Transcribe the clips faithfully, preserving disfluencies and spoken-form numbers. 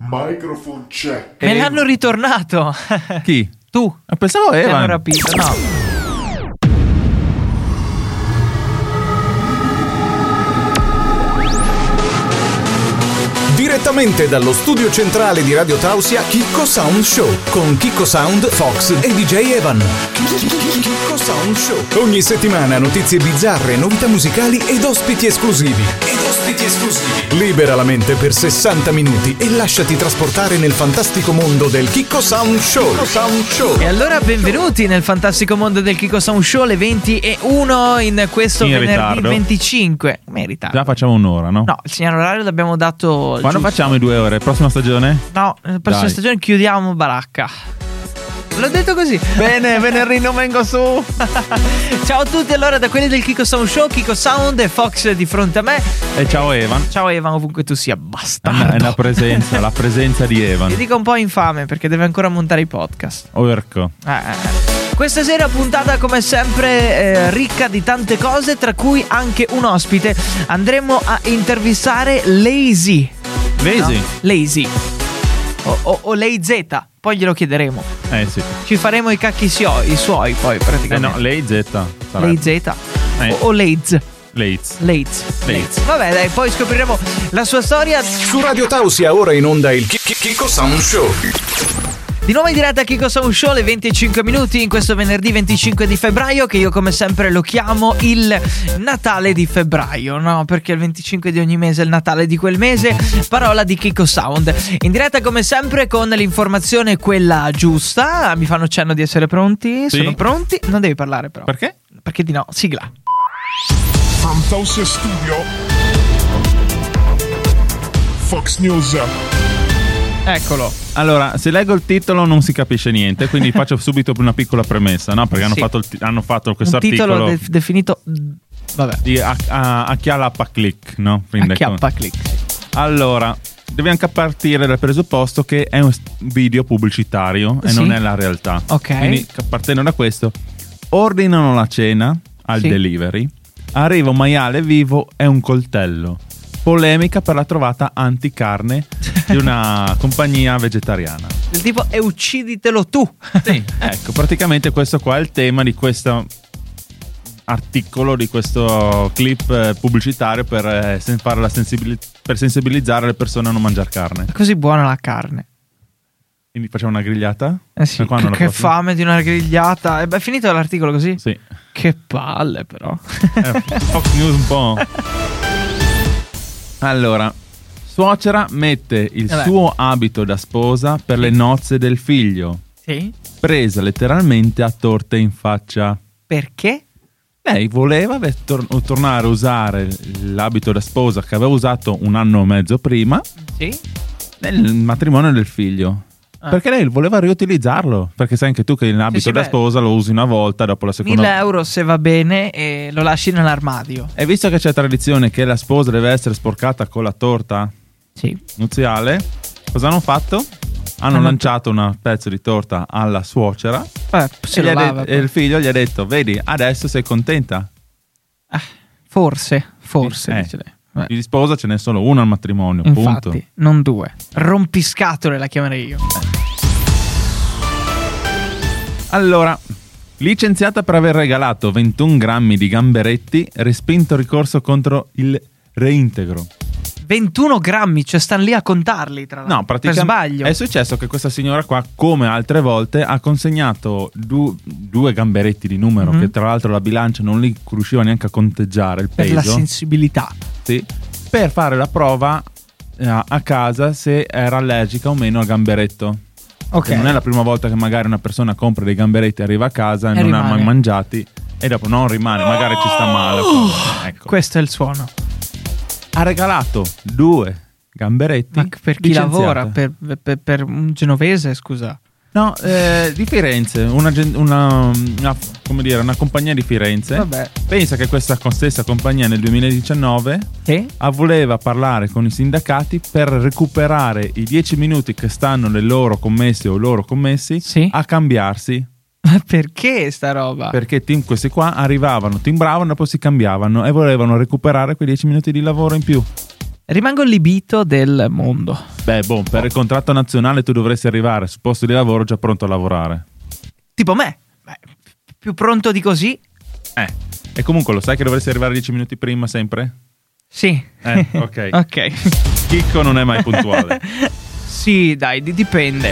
Microphone check. Me l'hanno ritornato. Chi? Tu. Ah, pensavo Ti Evan. hanno rapito, no. Direttamente dallo studio centrale di Radio Tausia, Chicco Sound Show con Chicco Sound, Fox e D J Evan. Chicco Sound Show. Ogni settimana notizie bizzarre, novità musicali ed ospiti esclusivi. Ed ospiti esclusivi. Libera la mente per sessanta minuti e lasciati trasportare nel fantastico mondo del Chicco Sound Show. Chicco Sound Show. E allora benvenuti nel fantastico mondo del Chicco Sound Show, le venti e uno in questo In venerdì ritardo. venticinque. Come in ritardo? Già facciamo un'ora, no? No, il signor orario l'abbiamo dato. Quando giusto. facciamo i due ore? Prossima stagione? No, la prossima Dai. stagione chiudiamo baracca. L'ho detto così. Bene, venerdì non vengo su. Ciao a tutti, allora, da quelli del Chicco Sound Show, Chicco Sound e Fox di fronte a me. E ciao Evan. Ciao Evan, ovunque tu sia, È bastardo. è la presenza, la presenza di Evan. Ti dico un po' infame perché deve ancora montare i podcast. Orco. Eh, eh. Questa sera puntata come sempre eh, ricca di tante cose, tra cui anche un ospite. Andremo a intervistare Lazy. Lazy? No? Lazy. O, o, o Lay Z, poi glielo chiederemo. Eh sì. Ci faremo i cacchi sio- i suoi poi Eh praticamente. no, lei Z. Lay Z. Eh. O, o Lays. Lates. Lays. Lays. Vabbè, dai, poi scopriremo la sua storia. Su Radio Tausia ora in onda il Chi- Chi- Chicco Sound Show. Di nuovo in diretta a Chicco Sound Show, le venti e cinque minuti in questo venerdì venticinque di febbraio, che io come sempre lo chiamo il Natale di febbraio, no? Perché il venticinque di ogni mese è il Natale di quel mese. Parola di Chicco Sound. In diretta come sempre con l'informazione quella giusta. Mi fanno cenno di essere pronti? Sì. Sono pronti? Non devi parlare però. Perché? Perché di no? Sigla. From Tausia Studio, Fox News. Eccolo. Allora, se leggo il titolo non si capisce niente, quindi faccio subito una piccola premessa, no? Perché hanno Sì. fatto, il ti- hanno fatto questo Un titolo articolo de- definito. Vabbè. di a, a, a chiappa click, no? Quindi- Acchiappa click. Allora, dobbiamo anche partire dal presupposto che è un s- video pubblicitario e Sì. non è la realtà. Ok. Quindi, partendo da questo, ordinano la cena al Sì. delivery, arriva un maiale vivo e un coltello. Polemica per la trovata anticarne di una compagnia vegetariana. Il tipo è ucciditelo tu. Sì, ecco, praticamente questo qua è il tema di questo articolo, di questo clip eh, pubblicitario per, eh, sen- fare la sensibili- per sensibilizzare le persone a non mangiare carne. È così buona la carne. Quindi facciamo una grigliata? Eh sì, E quando che, la che prossima? fame di una grigliata. E beh, è finito l'articolo così? Sì. Che palle però. Eh, Fox News un po'. Allora, suocera mette il Vabbè. suo abito da sposa per le nozze del figlio, Sì? presa letteralmente a torte in faccia. Perché? Lei voleva ve- tor- tornare a usare l'abito da sposa che aveva usato un anno e mezzo prima Sì? nel matrimonio del figlio. Ah. Perché lei voleva riutilizzarlo. Perché sai anche tu che l'abito sì, da beh. sposa lo usi una volta, dopo la seconda. mille euro se va bene e lo lasci nell'armadio. E visto che c'è tradizione che la sposa deve essere sporcata con la torta Sì. nuziale, cosa hanno fatto? Hanno Hanno- lanciato un pezzo di torta alla suocera Vabbè, se e, gli lo ha lava, det- e il figlio gli ha detto: vedi, adesso sei contenta. poi. Forse, forse, Eh, dice lei. Vabbè. Di sposa ce n'è solo uno al matrimonio, Infatti, punto. non due. Rompiscatole la chiamerei io. Allora, licenziata per aver regalato ventuno grammi di gamberetti, respinto ricorso contro il reintegro. ventuno grammi, cioè stanno lì a contarli tra l'altro. No, praticamente Per sbaglio. è successo che questa signora qua, come altre volte, ha consegnato du- due gamberetti di numero, Mhm. che tra l'altro la bilancia non li riusciva neanche a conteggiare il Per peso. la sensibilità. Sì, per fare la prova eh, a casa se era allergica o meno al gamberetto. Ok. Che non è la prima volta che magari una persona compra dei gamberetti, arriva a casa e, E non ha rimane. mai mangiati e dopo non rimane, magari ci sta male. Ecco. Questo è il suono. Ha regalato due gamberetti. Ma per chi licenziata. lavora? Per, per- per un genovese, scusa. No, eh, di Firenze, una, gen- una, una- come dire, una compagnia di Firenze. Vabbè. Pensa che questa stessa compagnia nel duemiladiciannove Sì? ah, voleva parlare con i sindacati per recuperare i dieci minuti che stanno nei loro commessi o loro commessi Sì. a cambiarsi. Ma perché sta roba? Perché team, questi qua arrivavano, timbravano e poi si cambiavano e volevano recuperare quei dieci minuti di lavoro in più. Rimango allibito del mondo. Beh, boh, per il contratto nazionale tu dovresti arrivare sul posto di lavoro già pronto a lavorare. Tipo me. Beh, più pronto di così? Eh, e comunque lo sai che dovresti arrivare dieci minuti prima sempre? Sì. Eh, ok. Ok. Chicco non è mai puntuale. Sì, dai, di- dipende.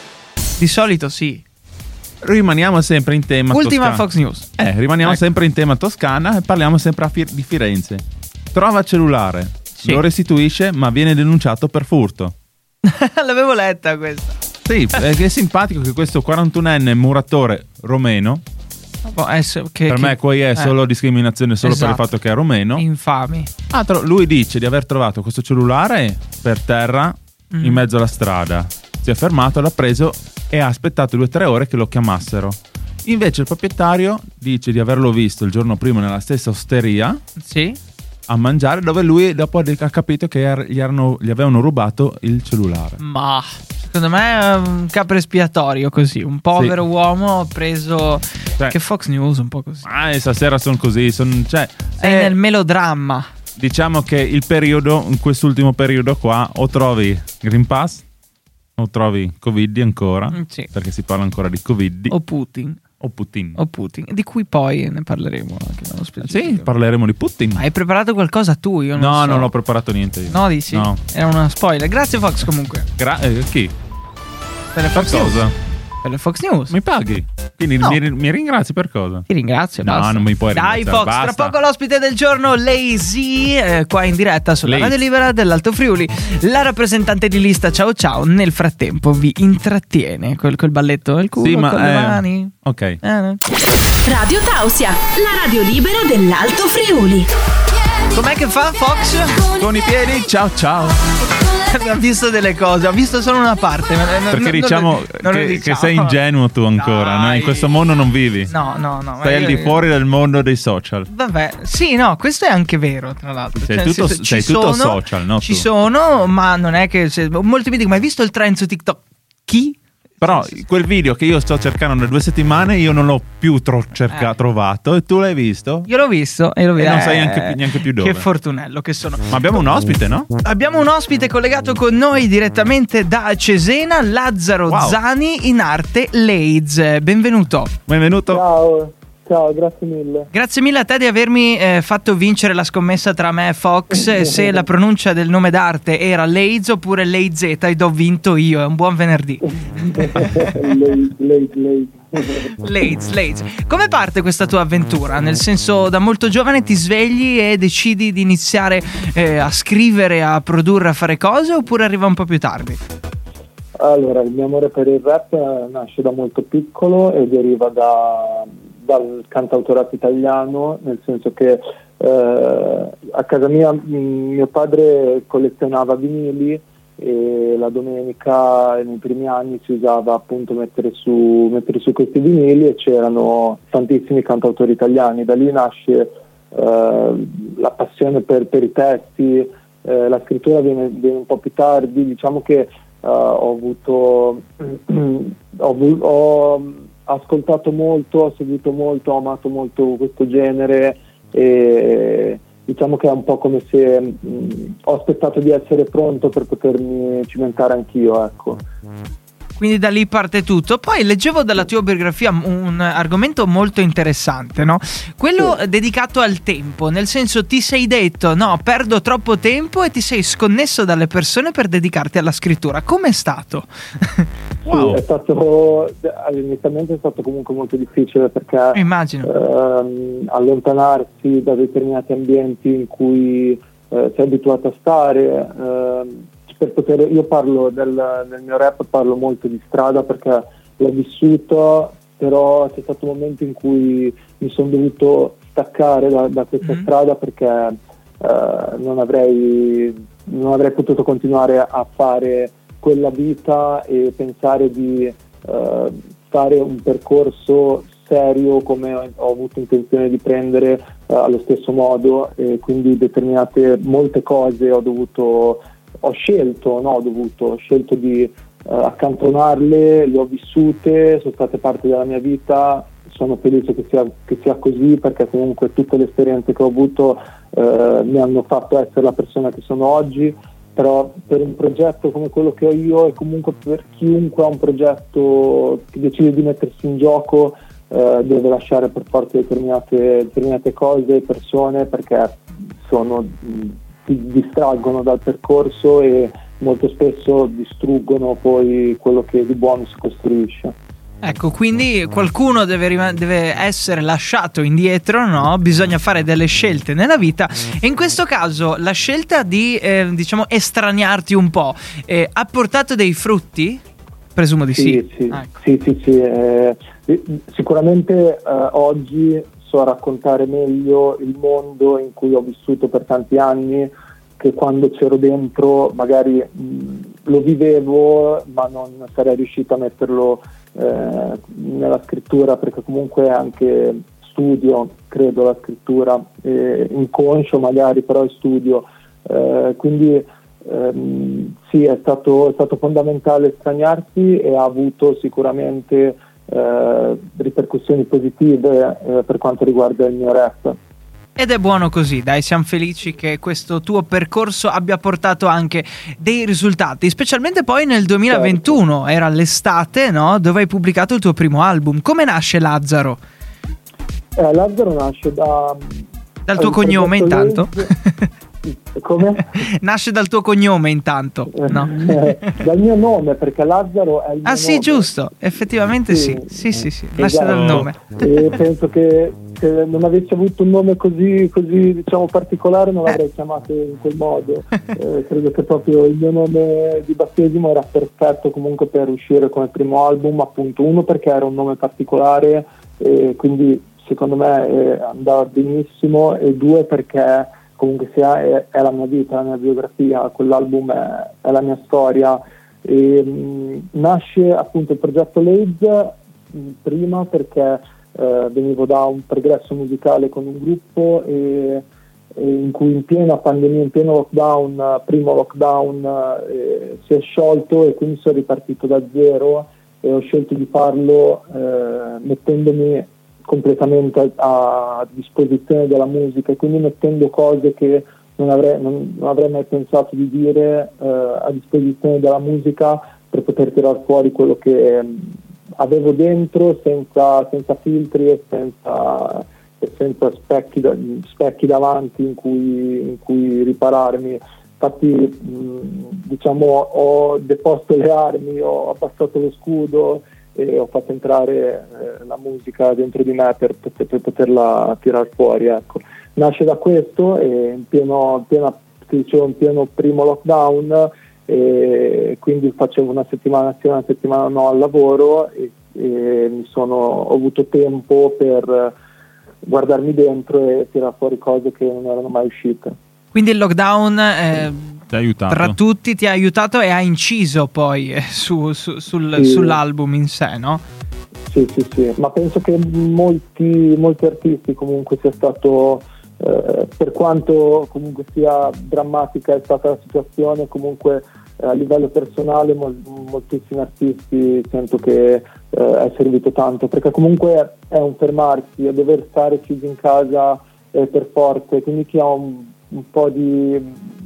Di solito sì. Rimaniamo sempre in tema Ultima Toscana. Fox News. Eh, rimaniamo Ecco. sempre in tema Toscana e parliamo sempre a Fi- di Firenze. Trova cellulare, Sì. lo restituisce ma viene denunciato per furto. L'avevo letta questa. Sì, è, che è simpatico che questo quarantunenne muratore romeno, Boh, eh, se- che- per che- me qui è eh, solo discriminazione solo esatto. per il fatto che è romeno. Infami. Ah, tro- lui dice di aver trovato questo cellulare per terra Mm. in mezzo alla strada. Si è fermato, l'ha preso e ha aspettato due o tre ore che lo chiamassero. Invece il proprietario dice di averlo visto il giorno prima nella stessa osteria Sì. a mangiare, dove lui dopo ha capito che er- gli, erano- gli avevano rubato il cellulare. Ma secondo me è un capro espiatorio così. Un povero uomo preso. Cioè- Che Fox News un po' così. Ah, e stasera sono così, son, cioè, Sei eh, nel melodramma. diciamo che il periodo, in quest'ultimo periodo qua, o trovi Green Pass o trovi Covid ancora, Mm, sì. perché si parla ancora di Covid, O Putin. o Putin. O Putin. Di cui poi ne parleremo anche nello specifico. Sì, parleremo di Putin. Ma hai preparato qualcosa tu? Io non No, so. non ho preparato niente io. No, dici? No. Era una spoiler. Grazie Fox comunque. Gra- eh, chi? Per le Per Fox News. cosa? Per le Fox News. Mi paghi? Quindi No. mi, mi ringrazi per cosa? Ti ringrazio. No, basta. non mi puoi Dai ringraziare, Fox, basta. tra poco l'ospite del giorno Lazy, eh, qua in diretta sulla Lazy. Radio Libera dell'Alto Friuli. La rappresentante di lista Ciao Ciao nel frattempo vi intrattiene col, col balletto del culo, Sì, ma, con le eh, mani. Ok. Eh, no. Radio Tausia, la radio libera dell'Alto Friuli. Com'è che fa Fox? Con i piedi, ciao ciao. Abbiamo visto delle cose, ho visto solo una parte. ma- non- Perché non- diciamo, non- non lo che, diciamo. che sei ingenuo tu ancora, no? Dai. In questo mondo non vivi. No, no, no. ma Stai al io- di fuori del mondo dei social. Vabbè, sì, no, questo è anche vero, tra l'altro. Sei Cioè, tutto- nel senso, sei ci tutto sono- social, no, Ci tu? sono, ma non è che. Se, molti mi dicono: ma hai visto il trend su TikTok? Chi? Però quel video che io sto cercando da due settimane io non l'ho più tro- cerca- Eh. trovato e tu l'hai visto? Io l'ho visto e l'ho E visto. non sai neanche più- neanche più dove. Che fortunello che sono. Ma abbiamo un ospite, no? Abbiamo un ospite collegato con noi direttamente da Cesena, Lazzaro Wow. Zani, in arte Leiz. Benvenuto. Benvenuto. Ciao, ciao, grazie mille. Grazie mille a te di avermi eh, fatto vincere la scommessa tra me e Fox eh, se la pronuncia del nome d'arte era Leiz oppure Leizeta ed ho vinto io, è un buon venerdì. lei, lei, lei. Leiz, Leiz. Come parte questa tua avventura? Nel senso, da molto giovane ti svegli e decidi di iniziare eh, a scrivere, a produrre, a fare cose oppure arriva un po' più tardi? Allora, il mio amore per il rap nasce da molto piccolo e deriva da, dal cantautorato italiano, nel senso che eh, a casa mia mh, mio padre collezionava vinili e la domenica nei primi anni si usava appunto mettere su, mettere su questi vinili e c'erano tantissimi cantautori italiani. Da lì nasce eh, la passione per, per i testi, eh, la scrittura viene, viene un po' più tardi, diciamo che Uh, ho avuto ho, avu- ho ascoltato molto, ho seguito molto, ho amato molto questo genere e diciamo che è un po' come se mh, ho aspettato di essere pronto per potermi cimentare anch'io, ecco. Quindi da lì parte tutto. Poi leggevo dalla tua biografia un argomento molto interessante, no? Quello Sì. dedicato al tempo, nel senso ti sei detto no, perdo troppo tempo e ti sei sconnesso dalle persone per dedicarti alla scrittura. Com'è stato? Wow. Sì, è stato inizialmente è stato comunque molto difficile perché Immagino. ehm, allontanarsi da determinati ambienti in cui eh, sei abituato a stare, ehm, per poter, io parlo del, nel mio rap parlo molto di strada perché l'ho vissuto, però c'è stato un momento in cui mi sono dovuto staccare da, da questa Mm. strada perché eh, non avrei non avrei potuto continuare a fare quella vita e pensare di eh, fare un percorso serio come ho, ho avuto intenzione di prendere eh, allo stesso modo, e quindi determinate molte cose ho dovuto ho scelto, no ho dovuto, ho scelto di eh, accantonarle, le ho vissute, sono state parte della mia vita, sono felice che sia, che sia così, perché comunque tutte le esperienze che ho avuto eh, mi hanno fatto essere la persona che sono oggi. Però per un progetto come quello che ho io, e comunque per chiunque ha un progetto che decide di mettersi in gioco, eh, deve lasciare per forza determinate, determinate cose e persone, perché sono, ti distraggono dal percorso e molto spesso distruggono poi quello che di buono si costruisce. Ecco, quindi qualcuno deve, rim- deve essere lasciato indietro, no? Bisogna fare delle scelte nella vita, e in questo caso la scelta di, eh, diciamo, estraniarti un po' eh, ha portato dei frutti? Presumo di sì. Sì, sì, ecco. sì, sì, sì. Eh, sicuramente eh, oggi so raccontare meglio il mondo in cui ho vissuto per tanti anni, che quando c'ero dentro magari mh, lo vivevo, ma non sarei riuscito a metterlo eh, nella scrittura, perché comunque anche studio, credo, la scrittura, eh, inconscio magari, però è studio, eh, quindi ehm, sì, è stato, è stato fondamentale estraniarsi, e ha avuto sicuramente eh, ripercussioni positive eh, per quanto riguarda il mio rap. Ed è buono così, dai, siamo felici che questo tuo percorso abbia portato anche dei risultati, specialmente poi nel duemilaventuno, certo. Era l'estate, no? Dove hai pubblicato il tuo primo album. Come nasce Lazzaro? Eh, Lazzaro nasce da... Dal tuo cognome intanto? Come? Nasce dal tuo cognome intanto, no? Eh, dal mio nome, perché Lazzaro è il mio Ah sì, nome. Giusto, effettivamente sì, sì, sì, sì, sì. Nasce Esatto. dal nome. E penso che se non avessi avuto un nome così, così diciamo particolare, non l'avrei chiamato in quel modo. Eh, credo che proprio il mio nome di battesimo era perfetto comunque per uscire come primo album, appunto, uno perché era un nome particolare e quindi secondo me eh, andava benissimo, e due perché comunque sia è, è la mia vita, la mia biografia, quell'album è, è la mia storia. E, mh, nasce appunto il progetto Lades mh, prima perché eh, venivo da un progresso musicale con un gruppo e, e in cui in piena pandemia, in pieno lockdown, primo lockdown, eh, si è sciolto, e quindi sono ripartito da zero, e ho scelto di farlo eh, mettendomi completamente a, a disposizione della musica, e quindi mettendo cose che non avrei, non, non avrei mai pensato di dire eh, a disposizione della musica, per poter tirar fuori quello che eh, avevo dentro, senza, senza filtri e senza, e senza specchi, da, specchi davanti in cui, in cui ripararmi. Infatti mh, diciamo ho deposto le armi, ho abbassato lo scudo e ho fatto entrare eh, la musica dentro di me per, per, per poterla tirar fuori, ecco. Nasce da questo, e in pieno, piena, dicevo, in pieno primo lockdown, e quindi facevo una settimana sì, una settimana no al lavoro, e, e mi sono, ho avuto tempo per guardarmi dentro e tirar fuori cose che non erano mai uscite. Quindi il lockdown eh, ti ha aiutato. Tra tutti ti ha aiutato e ha inciso poi eh, su, su, sul, sì. sull'album in sé, no? Sì, sì, sì, ma penso che molti, molti artisti comunque sia stato, eh, per quanto comunque sia drammatica è stata la situazione, comunque eh, a livello personale mol, moltissimi artisti sento che eh, è servito tanto, perché comunque è un fermarsi, a dover stare chiusi in casa eh, per forza, quindi chi ha un un po' di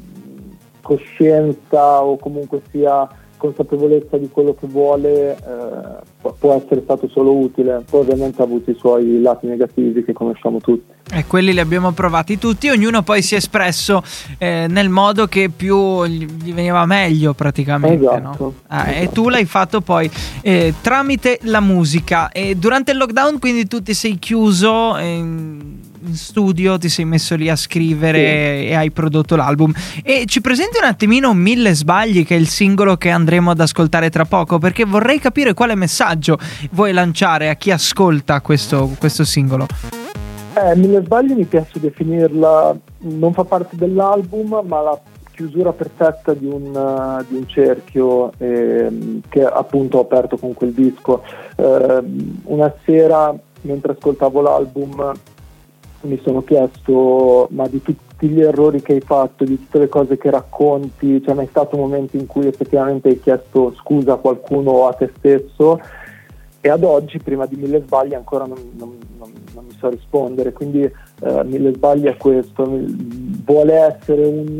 coscienza o comunque sia consapevolezza di quello che vuole eh, può essere stato solo utile. Poi ovviamente ha avuto i suoi lati negativi che conosciamo tutti. E quelli li abbiamo provati tutti, ognuno poi si è espresso eh, nel modo che più gli veniva meglio praticamente, esatto, no? Ah, esatto. E tu l'hai fatto poi eh, tramite la musica, e durante il lockdown quindi tu ti sei chiuso in, in studio, ti sei messo lì a scrivere, sì. E hai prodotto l'album. E ci presenti un attimino Mille Sbagli, che è il singolo che andremo ad ascoltare tra poco, perché vorrei capire quale messaggio vuoi lanciare a chi ascolta questo, questo singolo. Eh, Mille Sbagli mi piace definirla, non fa parte dell'album, ma la chiusura perfetta di un, uh, di un cerchio eh, che appunto ho aperto con quel disco. Eh, una sera, mentre ascoltavo l'album, mi sono chiesto: ma di tutti gli errori che hai fatto, di tutte le cose che racconti, c'è mai stato un momento in cui effettivamente hai chiesto scusa a qualcuno o a te stesso? e ad oggi, prima di Mille Sbagli, ancora non, non, non, non mi so rispondere, quindi eh, Mille Sbagli è questo, vuole essere un,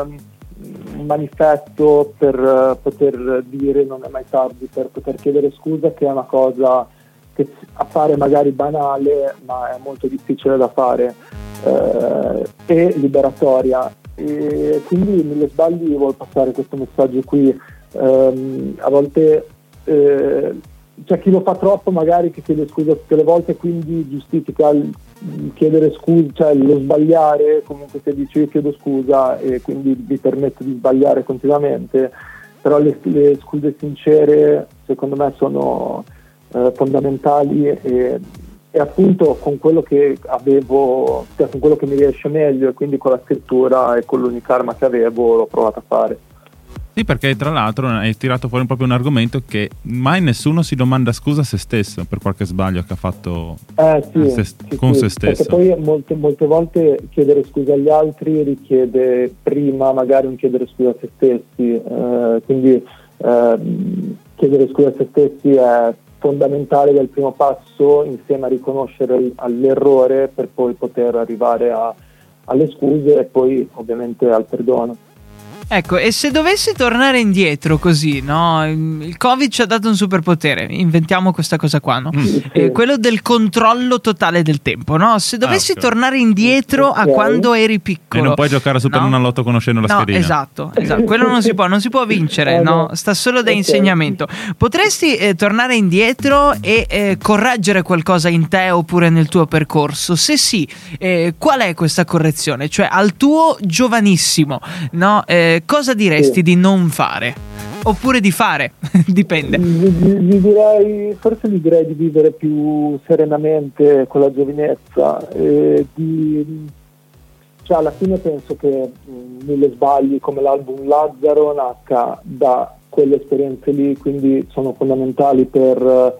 uh, un manifesto per uh, poter dire non è mai tardi, per poter chiedere scusa, che è una cosa che appare magari banale ma è molto difficile da fare, uh, e liberatoria, e quindi Mille Sbagli vuole passare questo messaggio qui. Um, a volte uh, c'è chi lo fa troppo, magari, che chiede scusa tutte le volte, quindi giustifica il chiedere scusa, cioè lo sbagliare, comunque se dici io chiedo scusa e quindi vi permetto di sbagliare continuamente, però le, le scuse sincere secondo me sono eh, fondamentali, e, e appunto con quello che avevo, cioè con quello che mi riesce meglio, e quindi con la scrittura e con l'unica arma che avevo l'ho provato a fare. Sì, perché tra l'altro hai tirato fuori proprio un argomento che mai nessuno si domanda scusa a se stesso per qualche sbaglio che ha fatto eh, sì, se, sì, con sì, se stesso. Perché poi molte, molte volte chiedere scusa agli altri richiede prima magari un chiedere scusa a se stessi, eh, quindi eh, chiedere scusa a se stessi è fondamentale, dal primo passo insieme a riconoscere l'errore per poi poter arrivare a, alle scuse e poi ovviamente al perdono. Ecco, e se dovessi tornare indietro così, no? Il Covid ci ha dato un superpotere, inventiamo questa cosa qua, no? Mm. Eh, quello del controllo totale del tempo, no? Se dovessi Ah, okay. tornare indietro a Ok. quando eri piccolo, E non puoi giocare a Super no? Nonalotto conoscendo la No, schedina. esatto, esatto, quello non si può, non si può vincere, Eh, no? no. Sta solo da Ok. insegnamento. Potresti eh, tornare indietro e eh, correggere qualcosa in te oppure nel tuo percorso? Se sì, eh, qual è questa correzione? Cioè, al tuo giovanissimo, no? Eh, cosa diresti Sì. di non fare? Oppure di fare? Dipende. Gli, gli- gli direi, forse gli direi di vivere più serenamente con la giovinezza, e di, cioè alla fine penso che mh, Mille Sbagli, come l'album Lazzaro, nasca da quelle esperienze lì, quindi sono fondamentali per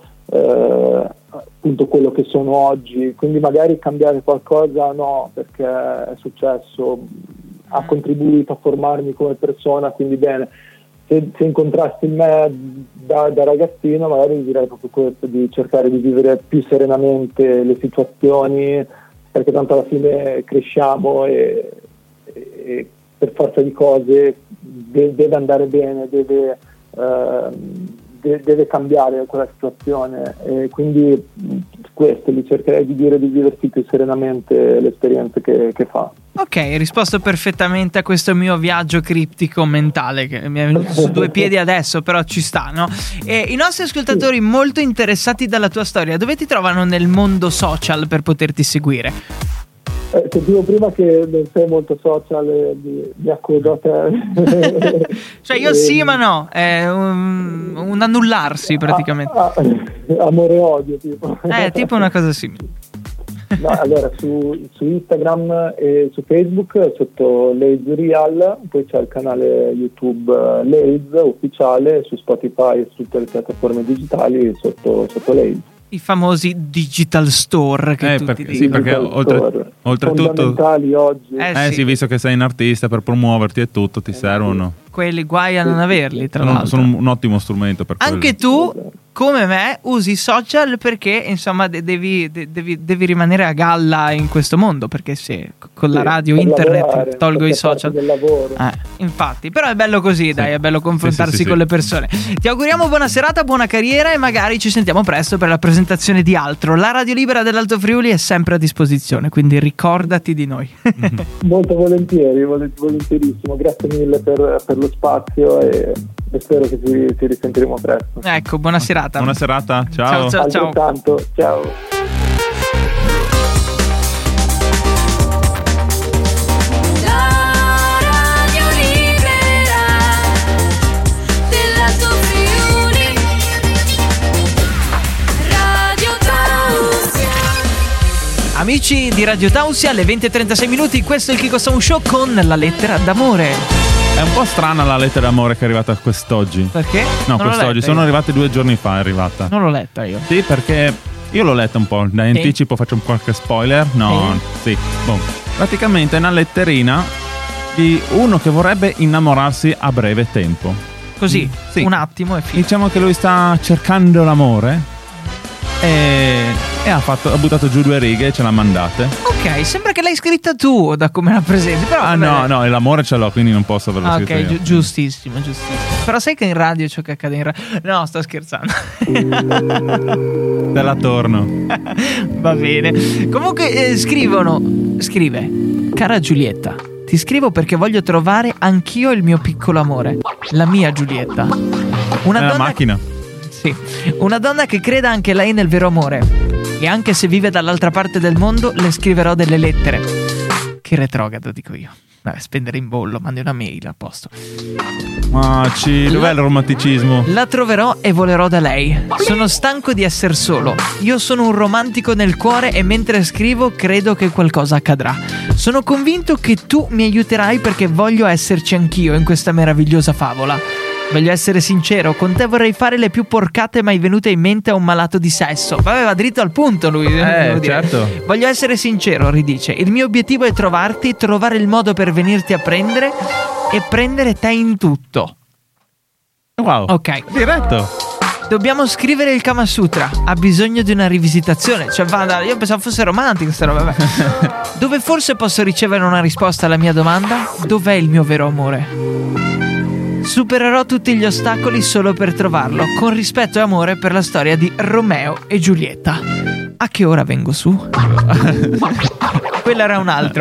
eh, appunto quello che sono oggi, quindi magari cambiare qualcosa no, perché è successo, ha contribuito a formarmi come persona, quindi bene. Se, se incontrassi me da, da ragazzino, magari direi proprio questo, di cercare di vivere più serenamente le situazioni, perché tanto alla fine cresciamo e, e per forza di cose de, deve andare bene, deve, eh, de, deve cambiare quella situazione, e quindi questo, gli cercherei di dire di viversi più serenamente le esperienze che, che fa. Ok, hai risposto perfettamente a questo mio viaggio criptico mentale che mi è venuto su due piedi adesso, però ci sta, no? E i nostri ascoltatori molto interessati dalla tua storia, dove ti trovano nel mondo social per poterti seguire? Eh, sentivo prima che non sei molto social, e mi, mi accodo a te. Cioè io sì ma no, è un, un annullarsi praticamente. Ah, ah, amore e odio, tipo. Eh, tipo una cosa simile. No, allora su, su Instagram e su Facebook sotto Lays Real, poi c'è il canale YouTube uh, Lays ufficiale, su Spotify e su tutte le piattaforme digitali sotto, sotto Lays. I famosi digital store che Eh, tutti perché- dicono. sì, perché Digital oltre- store, oltretutto- fondamentali oggi. Eh, Eh sì. sì, visto che sei un artista, per promuoverti e tutto ti servono. Quelli guai a non averli, tra Sono, l'altro. sono un, un ottimo strumento per Anche quello. tu, come me, usi i social perché insomma de- devi, de- devi, devi rimanere a galla in questo mondo, perché se con la Sì, radio, per internet, lavorare, tolgo i perché è parte social. del lavoro. Eh, infatti, però è bello così, dai, è bello confrontarsi Sì, sì, sì, con sì. le persone. Ti auguriamo buona serata, buona carriera e magari ci sentiamo presto per la presentazione di altro. La Radio Libera dell'Alto Friuli è sempre a disposizione, quindi ricordati di noi. Molto volentieri, vol- volentierissimo, grazie mille per, per lo spazio e, e spero che ci, ci risentiremo presto. Ecco, buona serata. Buona serata, Ciao, ciao. Altrettanto, ciao. La radio libera dell'Alto Friuli, Radio Tausia. Amici di Radio Tausia, alle venti e trentasei minuti, questo è il Kiko Sound Show con la lettera d'amore. È un po' strana la lettera d'amore che è arrivata quest'oggi. Perché? No, Non l'ho quest'oggi. letta Sono io. arrivate due giorni fa, è arrivata. Non l'ho letta io. Sì, perché io l'ho letta un po'. Da Sì. anticipo faccio un qualche spoiler. No, sì. Boh. Praticamente è una letterina di uno che vorrebbe innamorarsi a breve tempo. Così, Sì. un attimo e fine. Diciamo che lui sta cercando l'amore e, e ha, fatto, ha buttato giù due righe e ce l'ha mandate. Ok, sembra che l'hai scritta tu da come la presenti. Però, Ah vabbè. no, no, e l'amore ce l'ho, quindi non posso averlo Ah, scritto ok, io. gi- giustissimo, giustissimo. Però sai che in radio ciò che accade in radio. No, sto scherzando. Te la torno. Va bene. Comunque eh, scrivono. Scrive: cara Giulietta, ti scrivo perché voglio trovare anch'io il mio piccolo amore, la mia Giulietta. Una È la donna. macchina. Sì, una donna che creda anche lei nel vero amore. E anche se vive dall'altra parte del mondo, le scriverò delle lettere. Che retrogrado, dico io. Vabbè, spendere in bollo, mandi una mail a posto. Ma ci, dov'è il romanticismo? La troverò e volerò da lei. Sono stanco di essere solo. Io sono un romantico nel cuore e mentre scrivo credo che qualcosa accadrà. Sono convinto che tu mi aiuterai perché voglio esserci anch'io in questa meravigliosa favola. Voglio essere sincero, con te vorrei fare le più porcate mai venute in mente a un malato di sesso. Vabbè, va dritto al punto lui. devo dire. certo. Voglio essere sincero, ridice. Il mio obiettivo è trovarti, trovare il modo per venirti a prendere e prendere te in tutto. Wow. Ok. Diretto. Dobbiamo scrivere il Kama Sutra. Ha bisogno di una rivisitazione. Cioè, vada, io pensavo fosse romantico sta roba. Vabbè. Dove forse posso ricevere una risposta alla mia domanda? Dov'è il mio vero amore? Supererò tutti gli ostacoli solo per trovarlo, con rispetto e amore per la storia di Romeo e Giulietta. A che ora vengo su? Quello era un altro.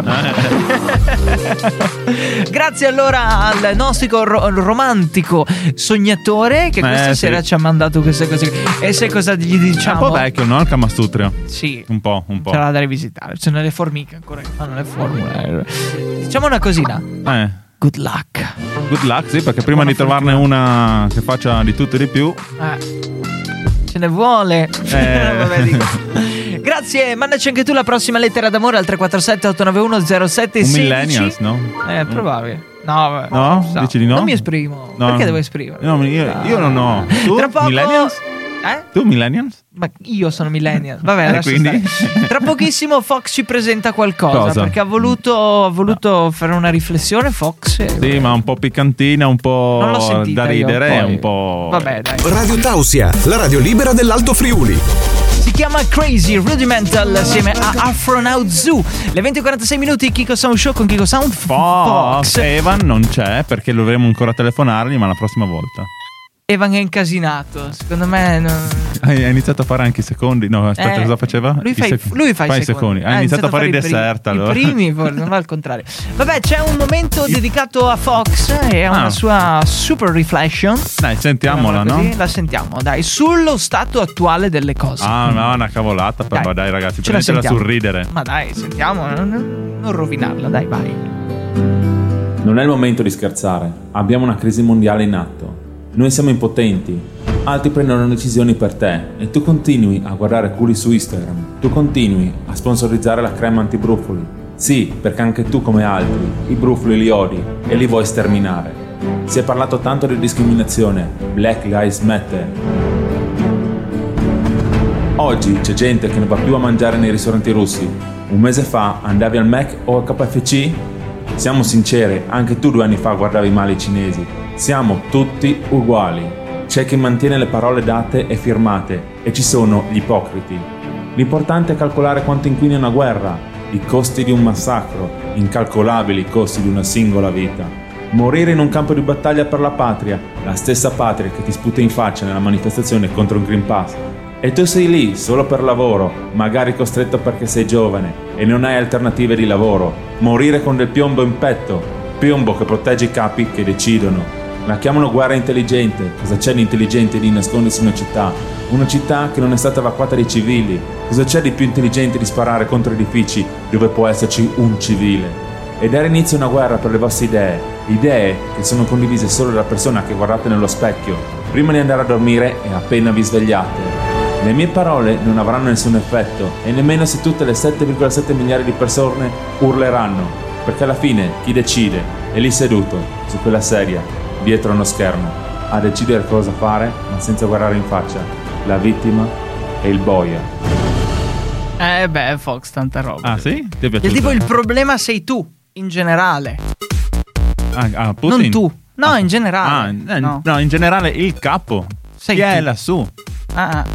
Grazie allora al nostro ro- romantico sognatore che questa Eh, sì. sera ci ha mandato queste cose. E sai cosa gli È un diciamo? po' vecchio, no? Il Kama Sutra. Sì. Un po', un po'. C'era da rivisitare. Ci sono le formiche ancora che fanno le formule. Diciamo una cosina. Eh. Good luck. Good luck, sì, perché prima Buona di trovarne una che faccia di tutto e di più. Eh, ce ne vuole. Eh. Vabbè, dico. Grazie, mandaci anche tu la prossima lettera d'amore al tre quattro sette otto nove uno zero sette Un uno sei. millennials, no? Eh, probabile. No, vabbè. No? Dici di no? Non mi esprimo. No. Perché devo esprimere? No, io, io non ho. Tu? Tra poco... Millennials? Eh? Tu millennials? Ma io sono millennial. Vabbè, Eh, lascia quindi? stare. Tra pochissimo Fox ci presenta qualcosa. Cosa? Perché ha voluto, ha voluto fare una riflessione, Fox. e- Sì, ma un po' piccantina, un po' Non l'ho sentita da io, ridere, poi- un po'. Vabbè, dai. Radio Tausia, la radio libera dell'Alto Friuli. Si chiama Crazy Rudimental assieme a Afronaut Zoo. Le venti e quarantasei minuti, Kiko Sound Show con Kiko Sound Fox. Evan non c'è perché dovremo ancora telefonargli, ma la prossima volta. Evan è incasinato. Secondo me non... Ha iniziato a fare anche i secondi. No, aspetta, Eh, cosa faceva? Lui I fa, i, sec- lui fa i i secondi. secondi. Ha Eh, iniziato a fare i primi- dessert allora. I primi, forse, non va al contrario. Vabbè, c'è un momento dedicato a Fox e a una Ah. sua super reflection. Dai, sentiamola, no? Così, la sentiamo, dai, sullo stato attuale delle cose. Ah, no, una cavolata. Però Dai, dai, ragazzi, ce la prendetela sentiamo. sul ridere. Ma dai, sentiamo, non, non rovinarla, dai, vai. Non è il momento di scherzare, abbiamo una crisi mondiale in atto. Noi siamo impotenti, altri prendono decisioni per te e tu continui a guardare culi su Instagram, tu continui a sponsorizzare la crema antibrufoli. Sì, perché anche tu come altri, i brufoli li odi e li vuoi sterminare. Si è parlato tanto di discriminazione, Black Lives Matter. Oggi c'è gente che non va più a mangiare nei ristoranti russi. Un mese fa andavi al Mac o al K F C? Siamo sinceri, anche tu due anni fa guardavi male i cinesi. Siamo tutti uguali. C'è chi mantiene le parole date e firmate e ci sono gli ipocriti. L'importante è calcolare quanto inquina una guerra, i costi di un massacro, incalcolabili i costi di una singola vita. Morire in un campo di battaglia per la patria, la stessa patria che ti sputa in faccia nella manifestazione contro un Green Pass. E tu sei lì solo per lavoro, magari costretto perché sei giovane e non hai alternative di lavoro. Morire con del piombo in petto, piombo che protegge i capi che decidono. La chiamano guerra intelligente. Cosa c'è di intelligente di nascondersi in una città? Una città che non è stata evacuata dai civili. Cosa c'è di più intelligente di sparare contro edifici dove può esserci un civile? E dare inizio a una guerra per le vostre idee. Idee che sono condivise solo dalla persona che guardate nello specchio prima di andare a dormire e appena vi svegliate. Le mie parole non avranno nessun effetto e nemmeno se tutte le sette virgola sette miliardi di persone urleranno, perché alla fine chi decide è lì seduto su quella sedia dietro uno schermo a decidere cosa fare, ma senza guardare in faccia la vittima e il boia. Eh beh, Fox, tanta roba. Ah, sì? Ti è E piaciuto? tipo il problema sei tu, in generale. Ah, ah, Putin? Non tu. No, Ah. in generale. Ah, eh, no. no, in generale il capo. Sei Chi è tu. lassù? Ah, ah.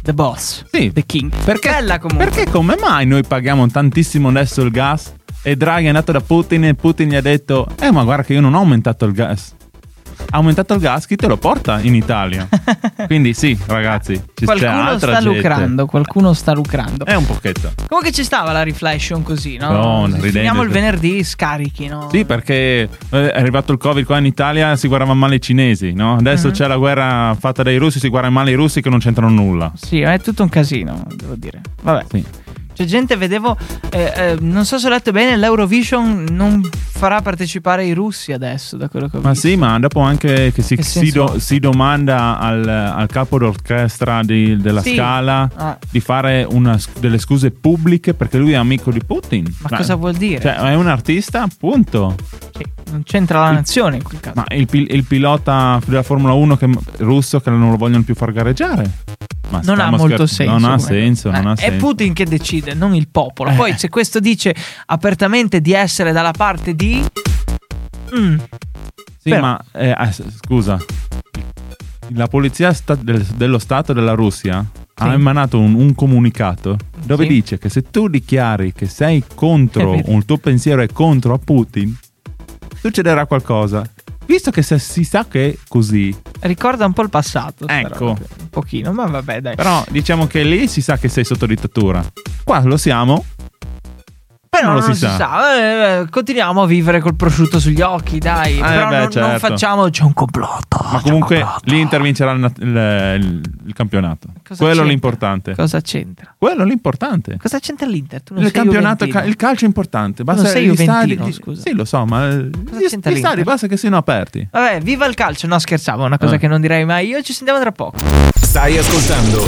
the boss, Sì. the king. Perché, Bella comunque. perché come mai noi paghiamo tantissimo adesso il gas e Draghi è andato da Putin e Putin gli ha detto eh ma guarda che io non ho aumentato il gas. Ha aumentato il gas, chi te lo porta in Italia? Quindi sì, ragazzi, ci c'è Qualcuno altra sta gente. lucrando, qualcuno sta lucrando. È un pochetto. Comunque ci stava la reflection così, no? No, Se ridendo. finiamo il venerdì scarichi, no? Sì, perché eh, è arrivato il Covid qua in Italia, si guardava male i cinesi, no? Adesso Mhm. c'è la guerra fatta dai russi, si guarda male i russi che non c'entrano nulla. Sì, è tutto un casino, devo dire. Vabbè. Sì. C'è gente, vedevo, eh, eh, non so se ho letto bene, l'Eurovision non farà partecipare i russi adesso, da quello che ho Ma visto. sì, ma dopo anche che si, Che si, senso do- ha? si domanda al, al capo d'orchestra di- della Sì. Scala Ah. di fare una sc- delle scuse pubbliche perché lui è amico di Putin. Ma cosa vuol dire? Cioè, è un artista, appunto. Sì, non c'entra la nazione in quel caso. Ma il, pil- il pilota della Formula uno che, russo che non lo vogliono più far gareggiare. Ma Non ha stiamo molto scher- senso. Non ha come- senso, non Eh, ha È senso. Putin che decide, non il popolo. Eh. Poi se questo dice apertamente di essere dalla parte di... Mm, Sì, Però- ma eh, ah, s- scusa, la polizia sta- del- dello Stato della Russia Sì. ha emanato un, un comunicato dove Sì. dice che se tu dichiari che sei contro, È vero. o il tuo pensiero è contro a Putin, succederà qualcosa. Visto che se si sa che è così, ricorda un po' il passato. sta Ecco. roba. Un pochino, ma vabbè dai. però diciamo che lì si sa che sei sotto dittatura. Qua lo siamo. Però non non, lo si si sa. sa. Eh, continuiamo a vivere col prosciutto sugli occhi, dai. Eh, Però beh, non, non certo. facciamo... C'è un complotto. Ma c'è comunque un complotto. l'Inter vincerà il, il- il- il campionato. Cosa Quello è c'entra? l'importante. Cosa c'entra? Quello è l'importante. Cosa c'entra l'Inter? Tu non Il sei campionato, juventino. ca- il calcio è importante. Basta non sei gli stadi- juventino, gli- scusa. Sì, lo so, ma gli, Cosa gli c'entra stadi l'Inter? basta che siano aperti. Vabbè, viva il calcio. No, scherzavo, è una cosa Eh. che non direi mai io. Ci sentiamo tra poco. Stai ascoltando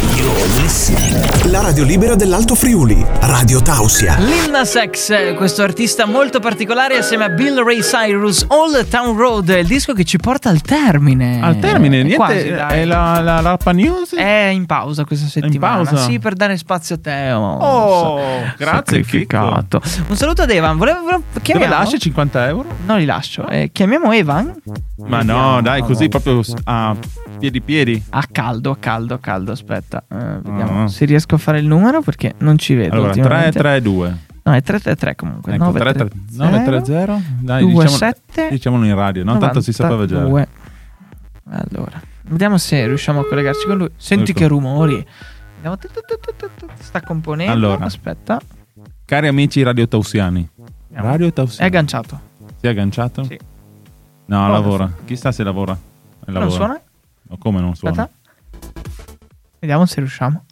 la radio libera dell'Alto Friuli, Radio Tausia. Lil Nas X, questo artista molto particolare assieme a Bill Ray Cyrus, Old Town Road, il disco che ci porta al termine. Al termine, Eh, niente, quasi, dai. è la, la, la Rappa News? È in pausa questa settimana. pausa? Sì, per dare spazio a te. Oh, Oh, so- grazie, sacrificato. Un saluto ad Evan. Volevo Dove chiamiamo? lasci cinquanta euro? Non li lascio. Eh, chiamiamo Evan? Ma no, dai, così proprio a piedi piedi. A caldo, a caldo, a caldo. Aspetta, eh, vediamo Ah. se riesco a fare il numero perché non ci vedo. Allora, tre ultimamente. tre due. No, è tre tre tre comunque. Ecco, tre tre nove tre zero. Dai, due diciamo, sette diciamolo in radio, no? Tanto si sapeva già. novantadue. Allora, vediamo se riusciamo a collegarci con lui. Senti Ecco. che rumori. Vediamo. tu, tu, tu, tu, tu, tu. Sta componendo. Allora. Aspetta. Cari amici radio tausiani. Radio È Tausiani. agganciato. Si è agganciato? Sì. No, Oh, lavora. Chissà se lavora. E Non lavora. suona? O come non suona? Aspetta. Vediamo se riusciamo.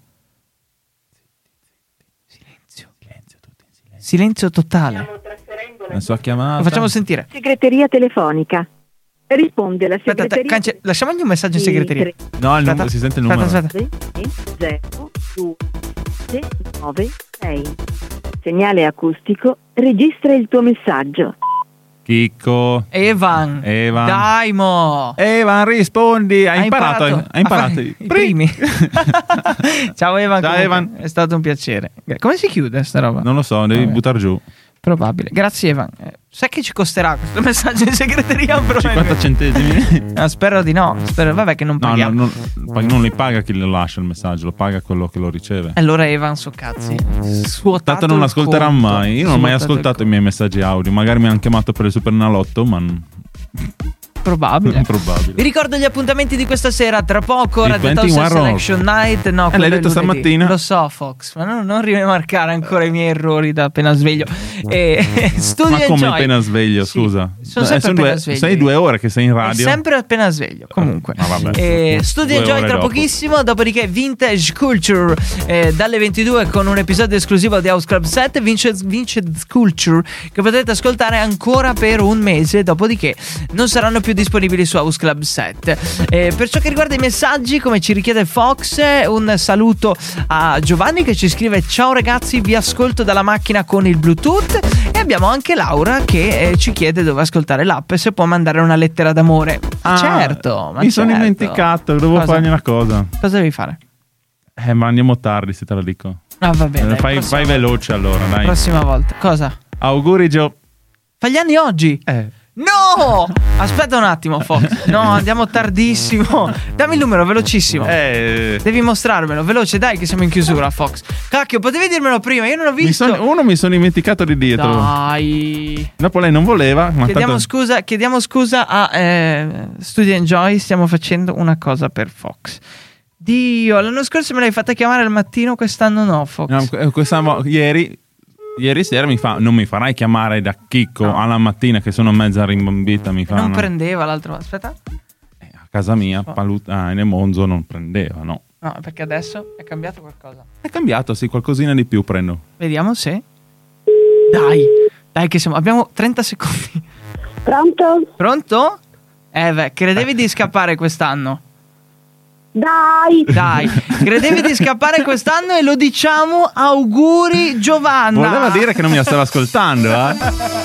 Silenzio. Silenzio totale. La sua chiamata. Lo facciamo sentire. Segreteria telefonica. Risponde la Aspetta, te- segreteria. cance- lasciamogli un messaggio in segreteria. No, il Aspetta, numero, si sente il aspetta, numero. aspetta. zero due nove sei. Segnale acustico. Registra il tuo messaggio. Chicco. Evan. Evan. Dai mo. Evan, rispondi. Hai Hai imparato? imparato Hai imparato? a fare i primi. Ciao Evan. Ciao, comunque, Evan. È stato un piacere. Come si chiude sta roba? Non lo so, devi Vabbè. buttare giù. Probabile. Grazie Evan. Eh, sai che ci costerà questo messaggio in segreteria? cinquanta centesimi. No, spero di no. Spero, vabbè che non No, no, paghiamo. non, pag- non li paga chi lo lascia il messaggio, lo paga quello che lo riceve. Allora Evan so cazzi. Svuotato Tanto non il ascolterà conto. mai. Io non ho mai Svuotato il ascoltato i miei messaggi audio. Magari mi hanno chiamato per il Supernalotto, ma n- Probabile. improbabile. Vi ricordo gli appuntamenti di questa sera. Tra poco Il Radio ventuno Tausia Rock. Selection Night. No, Eh, quello l'hai è detto lunedì. stamattina. Lo so, Fox, ma non, non rimarcare ancora i miei errori da appena sveglio. E, Studio Ma come Enjoy. appena sveglio, Sì, scusa? sono Eh, sempre sono appena due, sveglio sei io. due ore che sei in È radio. sempre appena sveglio. Comunque, Ma vabbè. Eh, Studio Due Enjoy ore tra dopo. pochissimo. Dopodiché, Vintage Culture eh, dalle ventidue con un episodio esclusivo di House Club sette. Vintage, Vintage Culture che potete ascoltare ancora per un mese. Dopodiché, non saranno più disponibili su House Club sette. Eh, per ciò che riguarda i messaggi, come ci richiede Fox, un saluto a Giovanni che ci scrive: ciao ragazzi, vi ascolto dalla macchina con il Bluetooth. E abbiamo anche Laura che eh, ci chiede dove ascoltare l'app e se può mandare una lettera d'amore. Ah, Certo, ma mi sono certo. dimenticato, devo Cosa? fargli una cosa. Cosa devi fare? Eh, ma andiamo tardi se te lo dico. Ah, va bene. Eh, dai, fai prossima fai volta. veloce allora, dai. Prossima volta. Cosa? Auguri Gio. Fa gli anni oggi? Eh. No! Aspetta un attimo, Fox. No, andiamo tardissimo. Dammi il numero, velocissimo. Eh, Devi mostrarmelo, veloce, dai, che siamo in chiusura, Fox. Cacchio, potevi dirmelo prima, io non ho mi visto. son- uno mi sono dimenticato di dietro. Dai. Dopo lei non voleva, ma Chiediamo tanto... scusa, chiediamo scusa a eh, Studio Enjoy, stiamo facendo una cosa per Fox. Dio, l'anno scorso me l'hai fatta chiamare al mattino, quest'anno no, Fox. No, eh, questa vo- ieri, ieri sera mi fa, non mi farai chiamare da Chicco No. alla mattina che sono mezza rimbambita, mi fa, non no. prendeva l'altro, aspetta. Eh, a casa mia, Palut- ah, in Monzo non prendeva, no. No, perché adesso è cambiato qualcosa. È cambiato, sì, qualcosina di più prendo. Vediamo se. Dai, dai che siamo, abbiamo trenta secondi. Pronto? Pronto? Eh beh, credevi di scappare quest'anno? Dai! Dai, credevi di scappare quest'anno e lo diciamo, auguri Giovanna. Voleva dire che non mi stava ascoltando, eh? No,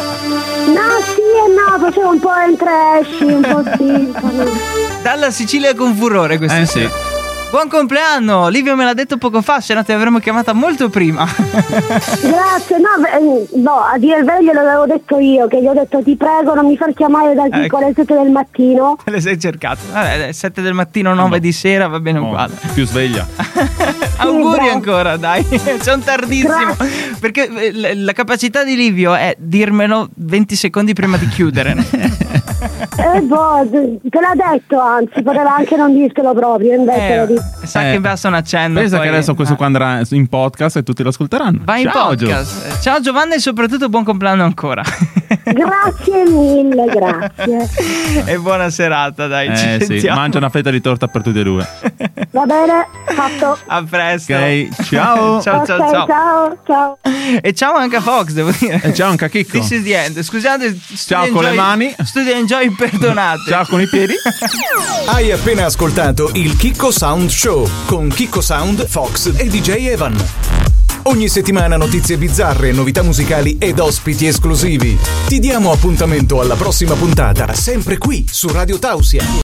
sì e no, facevo un po' entra esci, un po' sì, un po' no. Dalla Sicilia con furore questa Eh sì. sera. Buon compleanno, Livio me l'ha detto poco fa, se no ti avremmo chiamata molto prima. Grazie, no, beh, no, a dire il vero glielo avevo detto io, che gli ho detto ti prego non mi far chiamare dal Ecco. piccolo alle sette del mattino. Le sei cercato. Vabbè, sette del mattino, nove di sera, va bene Oh, uguale. più sveglia. Auguri bravo. ancora, dai. Sono tardissimo. Perché eh, la- la capacità di Livio è dirmelo venti secondi prima di chiudere. Eh, boh, te l'ha detto, anzi, poteva anche non dirtelo proprio, invece lo Eh, dico. sa Eh, che basta un accenno. Pensa poi- che adesso questo ah. qua andrà in podcast e tutti lo ascolteranno. Vai in Ciao, Gio. podcast. Ciao Giovanna e soprattutto buon compleanno ancora. Grazie mille, grazie. E buona serata, dai. Eh ci sì, sentiamo. mangia una fetta di torta per tutti e due. Va bene, fatto. A presto. Ok, ciao. Ciao, ciao, Ok, ciao. ciao, ciao. E ciao anche a Fox, devo dire. E ciao anche a Chicco. This is the end. Scusate. Ciao con le mani. Studio Enjoy, perdonate. Ciao con i piedi. Hai appena ascoltato il Chicco Sound Show con Chicco Sound, Fox e D J Evan. Ogni settimana notizie bizzarre, novità musicali ed ospiti esclusivi. Ti diamo appuntamento alla prossima puntata, sempre qui su Radio Tausia.